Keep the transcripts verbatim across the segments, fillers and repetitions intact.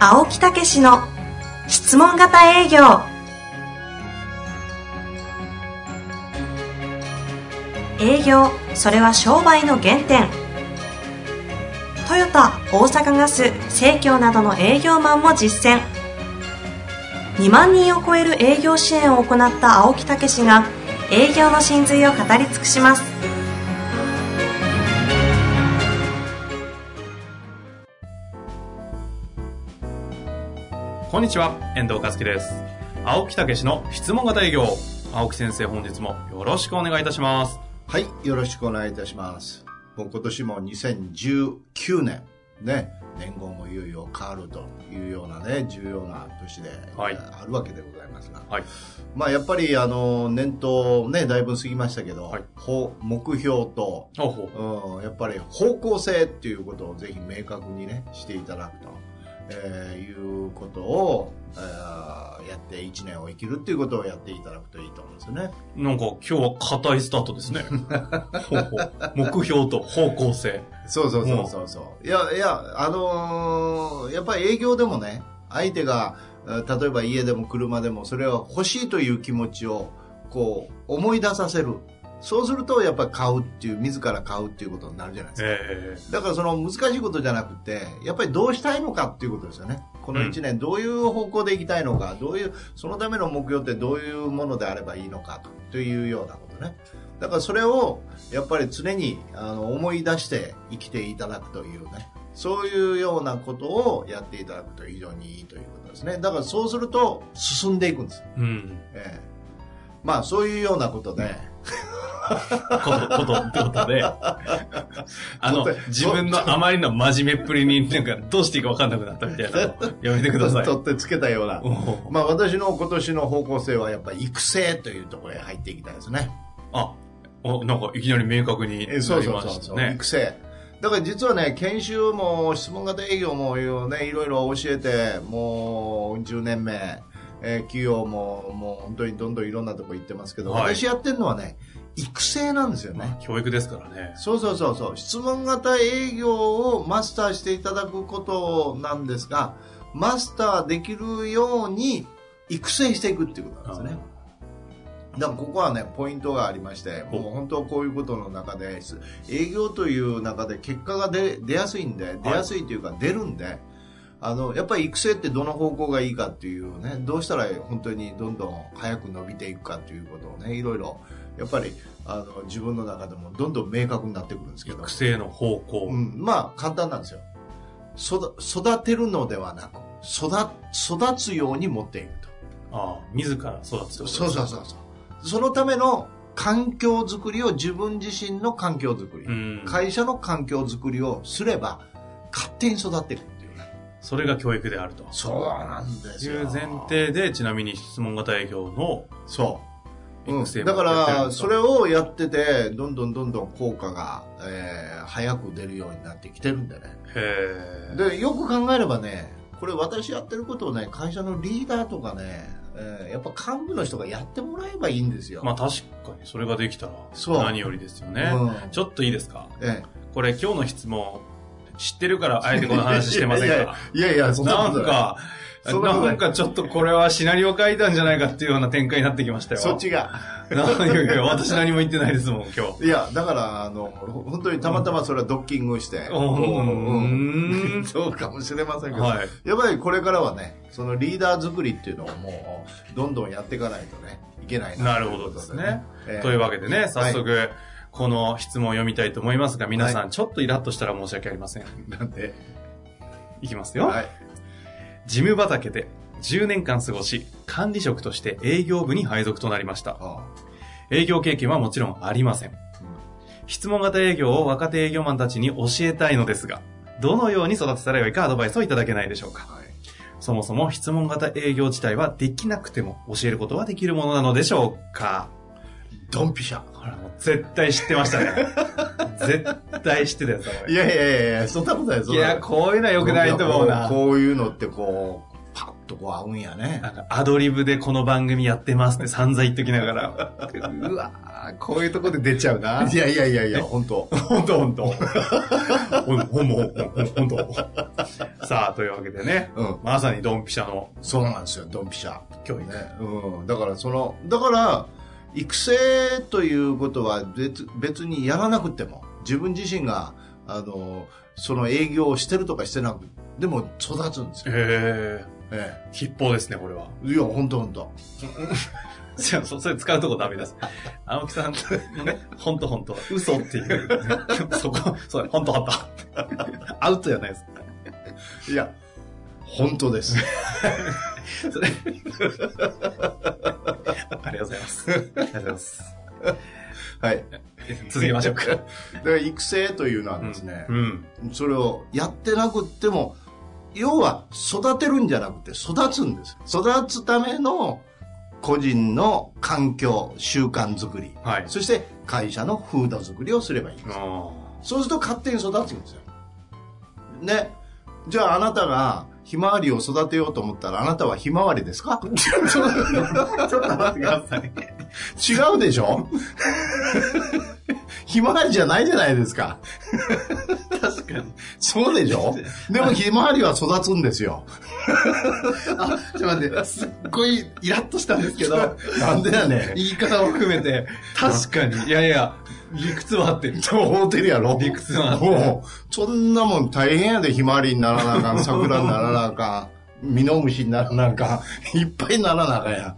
青木武氏の質問型営業。営業、それは商売の原点。トヨタ、大阪ガス、生協などの営業マンも実践。にまんにんを超える営業支援を行った青木武氏が営業の真髄を語り尽くします。 こんにちは、遠藤和樹です。青木武の質問型営業。青木先生、本日もよろしくお願いいたします。 はい、よろしくお願いいたします。もう今年もにせんじゅうきゅうねんね、年号もいよいよ変わるというようなね、重要な年で、はい、あるわけでございますが、はい、まあやっぱりあの年頭ね、だいぶ過ぎましたけど、はい、目標と、うん、やっぱり方向性っていうことをぜひ明確にねしていただくと。えー、いうことを、えー、やっていちねんを生きるっていうことをやっていただくといいと思うんですよね。 なんか今日は硬いスタートですね。目標と方向性。 そうそうそうそうそう。いやいや、あのー、やっぱり営業でもね、相手が例えば家でも車でもそれは欲しいという気持ちをこう思い出させる。そうするとやっぱり買うっていう、自ら買うっていうことになるじゃないですか、えー、だからその難しいことじゃなくてやっぱりどうしたいのかっていうことですよね。このいちねんどういう方向でいきたいのか、どういうそのための目標ってどういうものであればいいのかというようなことね。だからそれをやっぱり常にあの思い出して生きていただくというね、そういうようなことをやっていただくと非常にいいということですね。だからそうすると進んでいくんです、うんえー、まあそういうようなことで、うんこと、ことってことで、あの、自分のあまりの真面目っぷりになんかどうしていいか分かんなくなったみたいなのやめてください。 取ってつけたような。まあ私の今年の方向性はやっぱり育成というところへ入っていきたいですね。 あ、おなんかいきなり明確になりましたね。そうそうそうそう。 育成。だから実はね、研修も質問型営業もね、いろいろ教えて、もうじゅうねんめ、えー、企業ももう本当にどんどんいろんなとこ行ってますけど、はい、私やってるのはね、育成なんですよね。 教育ですからね。 そうそうそうそう。質問型営業をマスターしていただくことなんですが、マスターできるように育成していくっていうことなんですね。だからここはね、ポイントがありまして、もう本当こういうことの中で、営業という中で結果が出、出やすいんで、出やすいというか出るんで、はい、あの、やっぱり育成ってどの方向がいいかっていうね、どうしたら本当にどんどん早く伸びていくかっていうことをね、いろいろやっぱりあの自分の中でもどんどん明確になってくるんですけど、 育成の方向、 うん、まあ簡単なんですよ。育、育てるのではなく育、育つように持っていくと。 ああ、自ら育つと。 そうそうそうそう。そのための環境づくりを、自分自身の環境づくり、うん、会社の環境づくりをすれば勝手に育っていくっていうね。 それが教育であると。 そうなんですよ。 いう前提で、ちなみに質問型営業のそううん、だからそれをやっててどんどんどんどん効果が、えー、早く出るようになってきてるんでね。 へでよく考えればね、これ私やってることをね、会社のリーダーとかね、えー、やっぱ幹部の人がやってもらえばいいんですよ。 まあ確かにそれができたら何よりですよね、うん、ちょっといいですか、ええ、これ今日の質問知ってるからあえてこの話してませんか？ いやいやいやいや、 そんなことない。なんかなんかちょっとこれはシナリオ書いたんじゃないかっていうような展開になってきましたよ。 そっちが。 いやいや、私何も言ってないですもん、今日。 いや、だから、あの、本当にたまたまそれはドッキングして、うん、うん、そうかもしれませんけど、はい、やっぱりこれからはね、そのリーダー作りっていうのをもう、どんどんやっていかないとね、いけないな、 ね。なるほどですね。えー、というわけでね、早速、はい、この質問を読みたいと思いますが、皆さん、はい、ちょっとイラッとしたら申し訳ありません。 なんでいきますよ。はい、事務畑でじゅうねんかん過ごし、管理職として営業部に配属となりました。ああ、営業経験はもちろんありません。うん、質問型営業を若手営業マンたちに教えたいのですが、どのように育てたらよいかアドバイスをいただけないでしょうか。はい、そもそも質問型営業自体はできなくても教えることはできるものなのでしょうか。 ドンピシャ。 ほら、もう絶対知ってましたね。絶対知ってたやつだ、これ。 いやいやいや、そんなことない。 いや、こういうのは良くないと思うな。 こういうのってこう、パッとこう合うんやね。 なんかアドリブでこの番組やってますって散々言っときながら、うわーこういうとこで出ちゃうな。 いやいやいやいや、本当本当本当ほんほんほんほんと。さあ、というわけでね、うん、まさにドンピシャの。 そうなんですよ、ドンピシャ。 教育。 ね、うん。だからその、だから、育成ということは別、別にやらなくても、自分自身が、あの、その営業をしてるとかしてなくでも育つんですよ。 へええ。 筆法ですね、これは。 いや、ほんとほんと。 じゃあ、そ、それ使うとこダメです。青木さんのね、ほんとほんと、嘘っていう、ね。そこ、それ、ほんとほんと。アウトじゃないです。 いや、本当です。 それありがとうございます。ありがとうございます。 はい。 続けましょうか。だから育成というのはですね、 うんうん、 それをやってなくっても、要は育てるんじゃなくて育つんです。育つための個人の環境、習慣づくり、はい、そして会社の風土づくりをすればいいんです。そうすると勝手に育つんですよ。ね。じゃああなたがひまわりを育てようと思ったらあなたはひまわりですか？ ちょっと待ってください。 違うでしょ？ひまわりじゃないじゃないですか。 確かに。 そうでしょ？でもひまわりは育つんですよ。 あ、ちょっと待って、すっごいイラッとしたんですけど。 なんでやねん。 言い方を含めて、確かに、いやいや、理屈はあってる。 そう思ってるやろ。 理屈はあってる。 もう、そんなもん大変やで、ひまわりにならなあかん、桜にならなあかん、ミノムシにならなあかん、いっぱいにならなあかんや。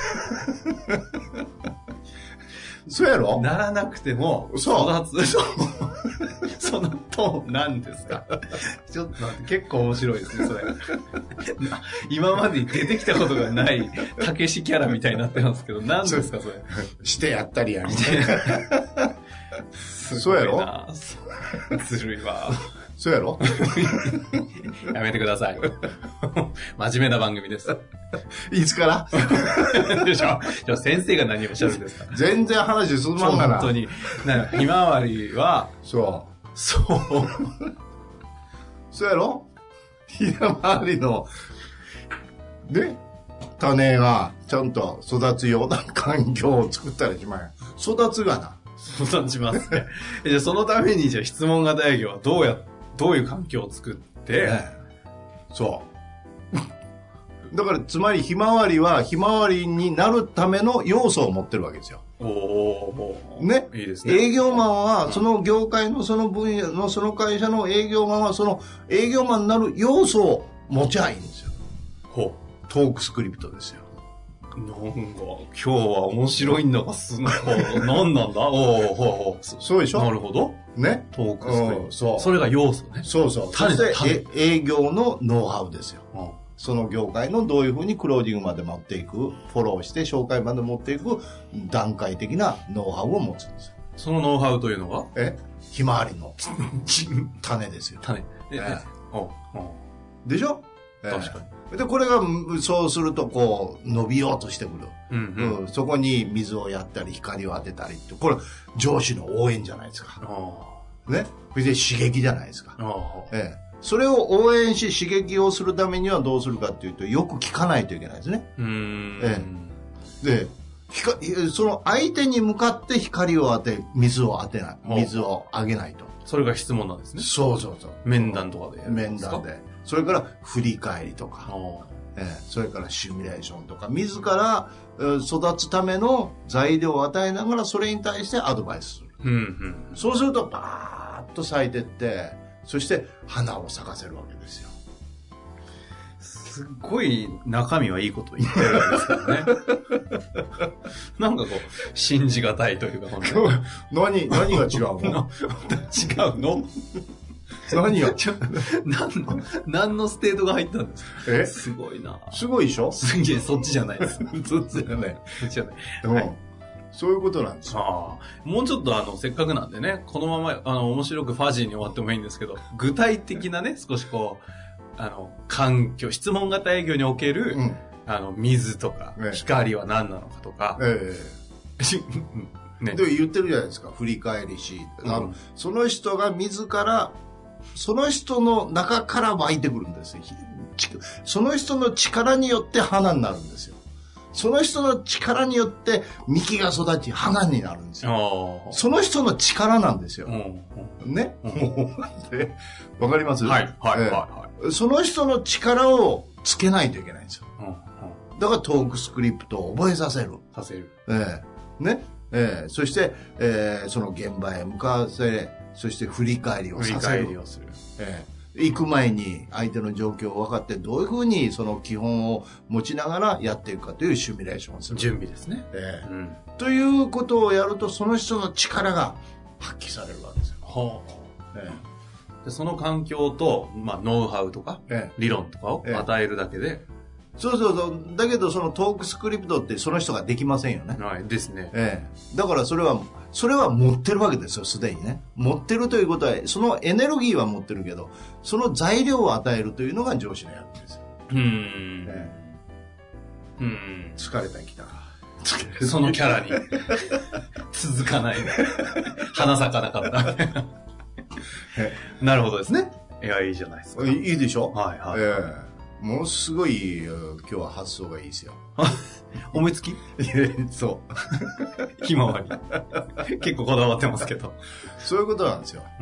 そうやろ？ ならなくても、 そう育つ。そのトーン何ですか？ちょっと待って、結構面白いですね、それ。今までに出てきたことがない、たけしキャラみたいになってますけど、何ですか、それ。 してやったりやみたいな。そうやろ？ ずるいわ。 そうやろ？ やめてください。真面目な番組です。 いつからでしょ？じゃあ先生が何をおっしゃるんですか？ 全然話進まんがな。 本当に。なひまわりは、 そう。 そう。 そうやろ？ひまわりの、ね、種がちゃんと育つような環境を作ったりしまえ。育つがな。 育ちますね。じゃあそのためにじゃあ質問型営業はどうや、どういう環境を作って、ね、 そう。だからつまりひまわりはひまわりになるための要素を持ってるわけですよ。 おお、 ね。 いいですね。 営業マンはその業界のその分野のその会社の営業マンはその営業マンになる要素を持ちゃいいんですよ。 ほう。 トークスクリプトですよ。 なんか、今日は面白いんだが、すごい。何なんだおおほうそ, そうでしょ？ なるほど。 ね。 トークスクリプト、 うん。そう。 それが要素ね。 そうそう。そして営業のノウハウですよ。うん、その業界のどういうふうにクロージングまで持っていく、フォローして紹介まで持っていく段階的なノウハウを持つんですよ。 そのノウハウというのがえひまわりの種ですよ。 種。ええおおでしょ？ 確かに。 で、これが、そうすると、こう、伸びようとしてくる。 うんうんうん、そこに水をやったり、光を当てたりって、これ、上司の応援じゃないですか。ね。それで刺激じゃないですか。ええ。それを応援し、刺激をするためにはどうするかっていうと、よく聞かないといけないですね。 うーんええ。で、光、その相手に向かって光を当て、水を当てない。水をあげないと。 それが質問なんですね。 そうそうそう。 面談とかでやるんですか？ 面談で。それから振り返りとか、えー、それからシミュレーションとか、自ら、えー、育つための材料を与えながらそれに対してアドバイスする。 うんうん、 そうするとバーッと咲いてって、そして花を咲かせるわけですよ。 すっごい中身はいいこと言ってるんですけどね。なんかこう、信じがたいというか、 何、何が違うの？ 違うの何が何の、何のステートが入ったんですか？ えすごいな。 すごいでしょ？ すげえ、そっちじゃないです。 そっちじゃない。 そっちじゃない。 でも、はい、そういうことなんですよ。 ああ、もうちょっとあの、せっかくなんでね、このまま、あの、面白くファジーに終わってもいいんですけど、具体的なね、少しこう、あの、環境、質問型営業における、うん、あの、水とか、ね、光は何なのかとか、 ええね、で言ってるじゃないですか、振り返りし、うん、あのその人が自らその人の中から湧いてくるんですよ。その人の力によって花になるんですよ。その人の力によって幹が育ち花になるんですよ。その人の力なんですよ。うん、ね、うん、わかります？ はいはいはい、はい、 その人の力をつけないといけないんですよ。うんうん、だからトークスクリプトを覚えさせる。 させる。 ええね、ええ、そして、ええ、その現場へ向かわせ、そして振り返りをさせる。振り返りをする。ええ、行く前に相手の状況を分かってどういうふうにその基本を持ちながらやっていくかというシミュレーションをする。 準備ですね。 ええうん、ということをやるとその人の力が発揮されるわけですよ。はあええ、でその環境と、まあ、ノウハウとか、ええ、理論とかを与えるだけで、ええ、 そうそうそう。だけどそのトークスクリプトってその人ができませんよね。 はいですね。 ええ、だからそれはそれは持ってるわけですよ、すでにね。持ってるということはそのエネルギーは持ってるけどその材料を与えるというのが上司の役ですよ。うーん、ええ、うん疲れたきた。 そのキャラに続かない花咲かなかったなるほどですね。いやいいじゃないですか。 いいでしょ。 はいはい、 ええ、ものすごい今日は発想がいいですよ。 思いつきそうひまわり結構こだわってますけどそういうことなんですよ、うん、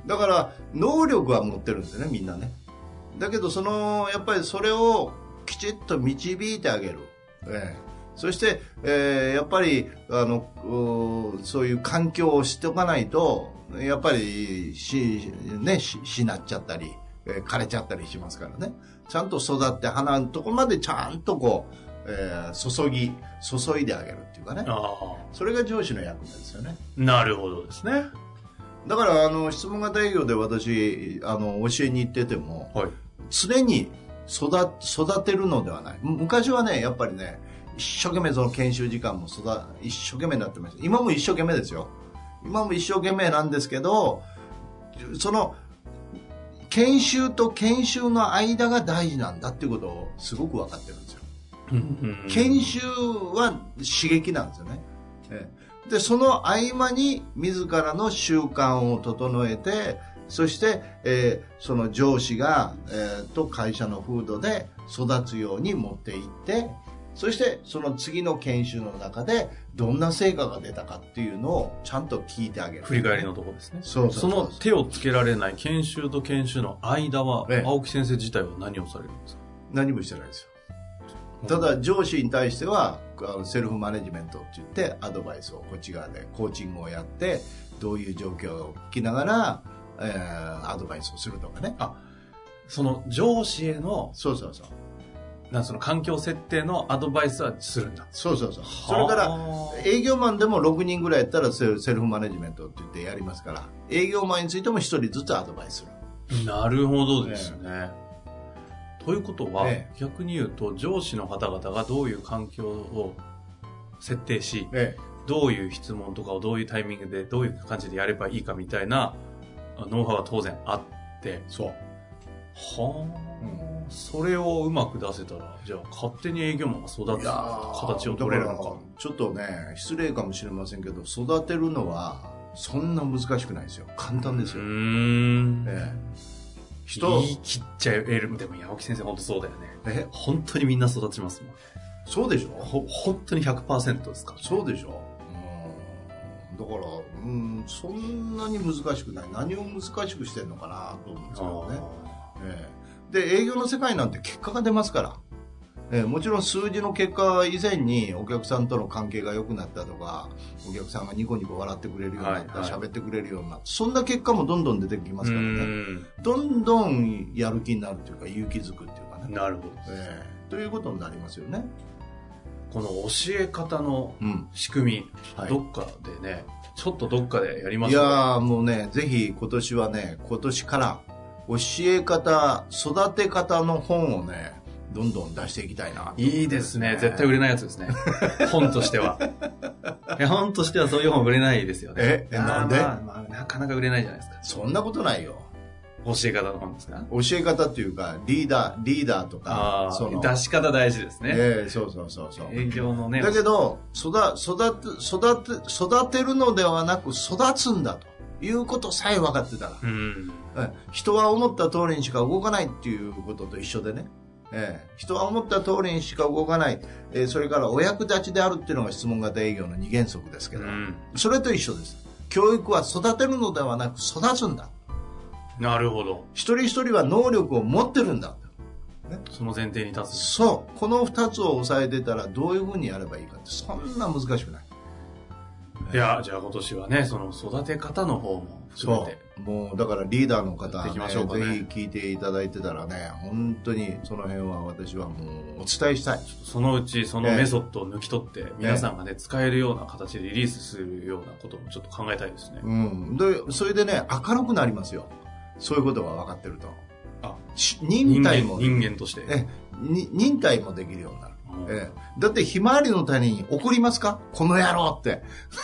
だから能力は持ってるんですよね、みんなね。だけどそのやっぱりそれをきちっと導いてあげる、ええ、そして、えー、やっぱりあのそういう環境を知っておかないとやっぱりし、ね、し、しなっちゃったり、えー、枯れちゃったりしますからね。ちゃんと育って花のところまでちゃんとこう、えー、注ぎ注いであげるっていうかね。あ、それが上司の役目ですよね。 なるほどですね。 だからあの質問型営業で私あの教えに行ってても、はい、常に育育てるのではない。昔はねやっぱりね一生懸命その研修時間も育一生懸命になってました。今も一生懸命ですよ。今も一生懸命なんですけど、その研修と研修の間が大事なんだっていうことをすごく分かってるんですよ。研修は刺激なんですよね。でその合間に自らの習慣を整えて、そして、えー、その上司が、えー、と会社の風土で育つように持っていって、そしてその次の研修の中でどんな成果が出たかっていうのをちゃんと聞いてあげる。 振り返りのところですね。 そうそうそうそう。 その手をつけられない研修と研修の間は、ええ、青木先生自体は何をされるんですか？ 何もしてないですよ。ただ上司に対してはセルフマネジメントって言ってアドバイスをこっち側でコーチングをやって、どういう状況を聞きながら、えー、アドバイスをするとかね。 あ、その上司へのそうそうそうなんその環境設定のアドバイスはするんだ。 そうそうそう。それから営業マンでもろくにんぐらいやったらセルフマネジメントって言ってやりますから、営業マンについてもひとりずつアドバイスする。 なるほどですね。ねということは、ええ、逆に言うと上司の方々がどういう環境を設定し、ええ、どういう質問とかをどういうタイミングでどういう感じでやればいいかみたいなノウハウが当然あって、 そう。 はあ、うん、それをうまく出せたら、じゃあ勝手に営業マンが育つ形を取れるのか。 ちょっとね、失礼かもしれませんけど、育てるのはそんな難しくないですよ。簡単ですよ。うーん、ええ、 人言い切っちゃえる。でも青木先生本当そうだよね。え、本当にみんな育ちますもん。 そうでしょ。 ほ本当に ひゃくパーセント ですか、ね、 そうでしょ。うん、だからうんそんなに難しくない。何を難しくしてんのかなと思うんですけどね。ええ、で営業の世界なんて結果が出ますから。えー、もちろん数字の結果以前にお客さんとの関係が良くなったとか、お客さんがニコニコ笑ってくれるようになった、はいはい、喋ってくれるようになった、そんな結果もどんどん出てきますからね。どんどんやる気になるというか勇気づくっていうかね。 なるほど、 えー、ということになりますよね。 この教え方の仕組み、うん、はい、どっかでね、ちょっとどっかでやりますか？ いやーもうね、ぜひ今年はね、今年から教え方、育て方の本をね、どんどん出していきたいな。 いいですね。絶対売れないやつですね。本としては。いや、本としてはそういう本売れないですよね。 え、なんで、 まあまあ、なかなか売れないじゃないですか。 そんなことないよ。 教え方の本ですか？ 教え方っていうか、リーダー、リーダーとか、 その出し方大事ですね。 ええ、そうそうそうそう。 営業のね。 だけど、育、育て、育て、育てるのではなく育つんだと。 いうことさえ分かってたら、 うん、 人は思った通りにしか動かないっていうことと一緒でね、えー、人は思った通りにしか動かない、えー、それからお役立ちであるっていうのが質問型営業の二原則ですけど、うん、それと一緒です。教育は育てるのではなく育つんだ。 なるほど。 一人一人は能力を持ってるんだ、 ね、その前提に立つ。 そうこの二つを押さえてたらどういうふうにやればいいかってそんな難しくない。 いやじゃあ今年はねその育て方の方も含めてそうもうだからリーダーの方、ね、 きましょうかね、 ぜひ聞いていただいてたらね本当にその辺は私はもうお伝えしたい。 そのうちそのメソッドを抜き取って、えー、皆さんがね使えるような形でリリースするようなこともちょっと考えたいですね。 うん、でそれでね明るくなりますよ。そういうことが分かってると。 あ忍耐も人間、人間としてえ忍耐もできるようになる。ええ、だってひまわりの種に怒りますかこの野郎って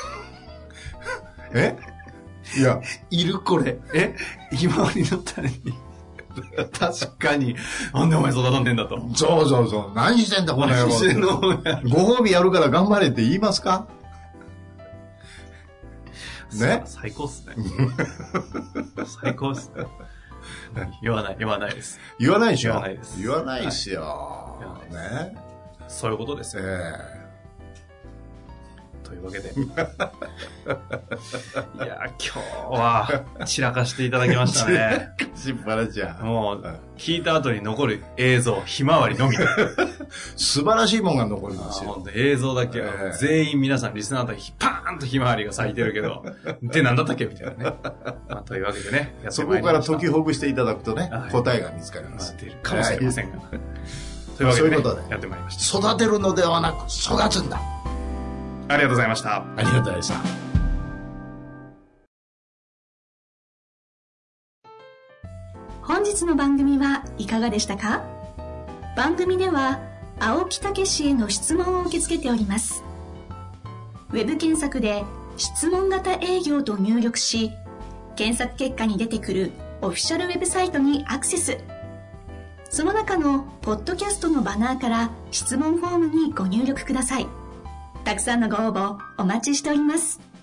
えいやいるこれえひまわりの種に確かになんでお前育たんでんだと。 そうそうそう何してんだこの野郎ってご褒美やるから頑張れって言いますかね最高っすね最高っすね言わない言わないです言わないでしょ。 言わないです言わないですよ、はい、ねそういうことですよ、 えー、というわけでいや今日は散らかしていただきましたね。 しっぱなじゃん。 もう聞いた後に残る映像ひまわりのみ素晴らしいもんが残りますよ。 本当映像だけは、えー、全員皆さんリスナーだけパーンとひまわりが咲いてるけどで何だったっけみたいなね、まあ、というわけでねそこから解きほぐしていただくとね、はい、答えが見つかります、 まあ、出るかもしれませんが、はい、というわけで、ね、 そういうことでやってまいりました。 育てるのではなく育つんだ。 ありがとうございました。 ありがとうございました。 本日の番組はいかがでしたか？番組では青木武氏への質問を受け付けております。ウェブ検索で質問型営業と入力し、検索結果に出てくるオフィシャルウェブサイトにアクセス。その中のポッドキャストのバナーから質問フォームにご入力ください。たくさんのご応募お待ちしております。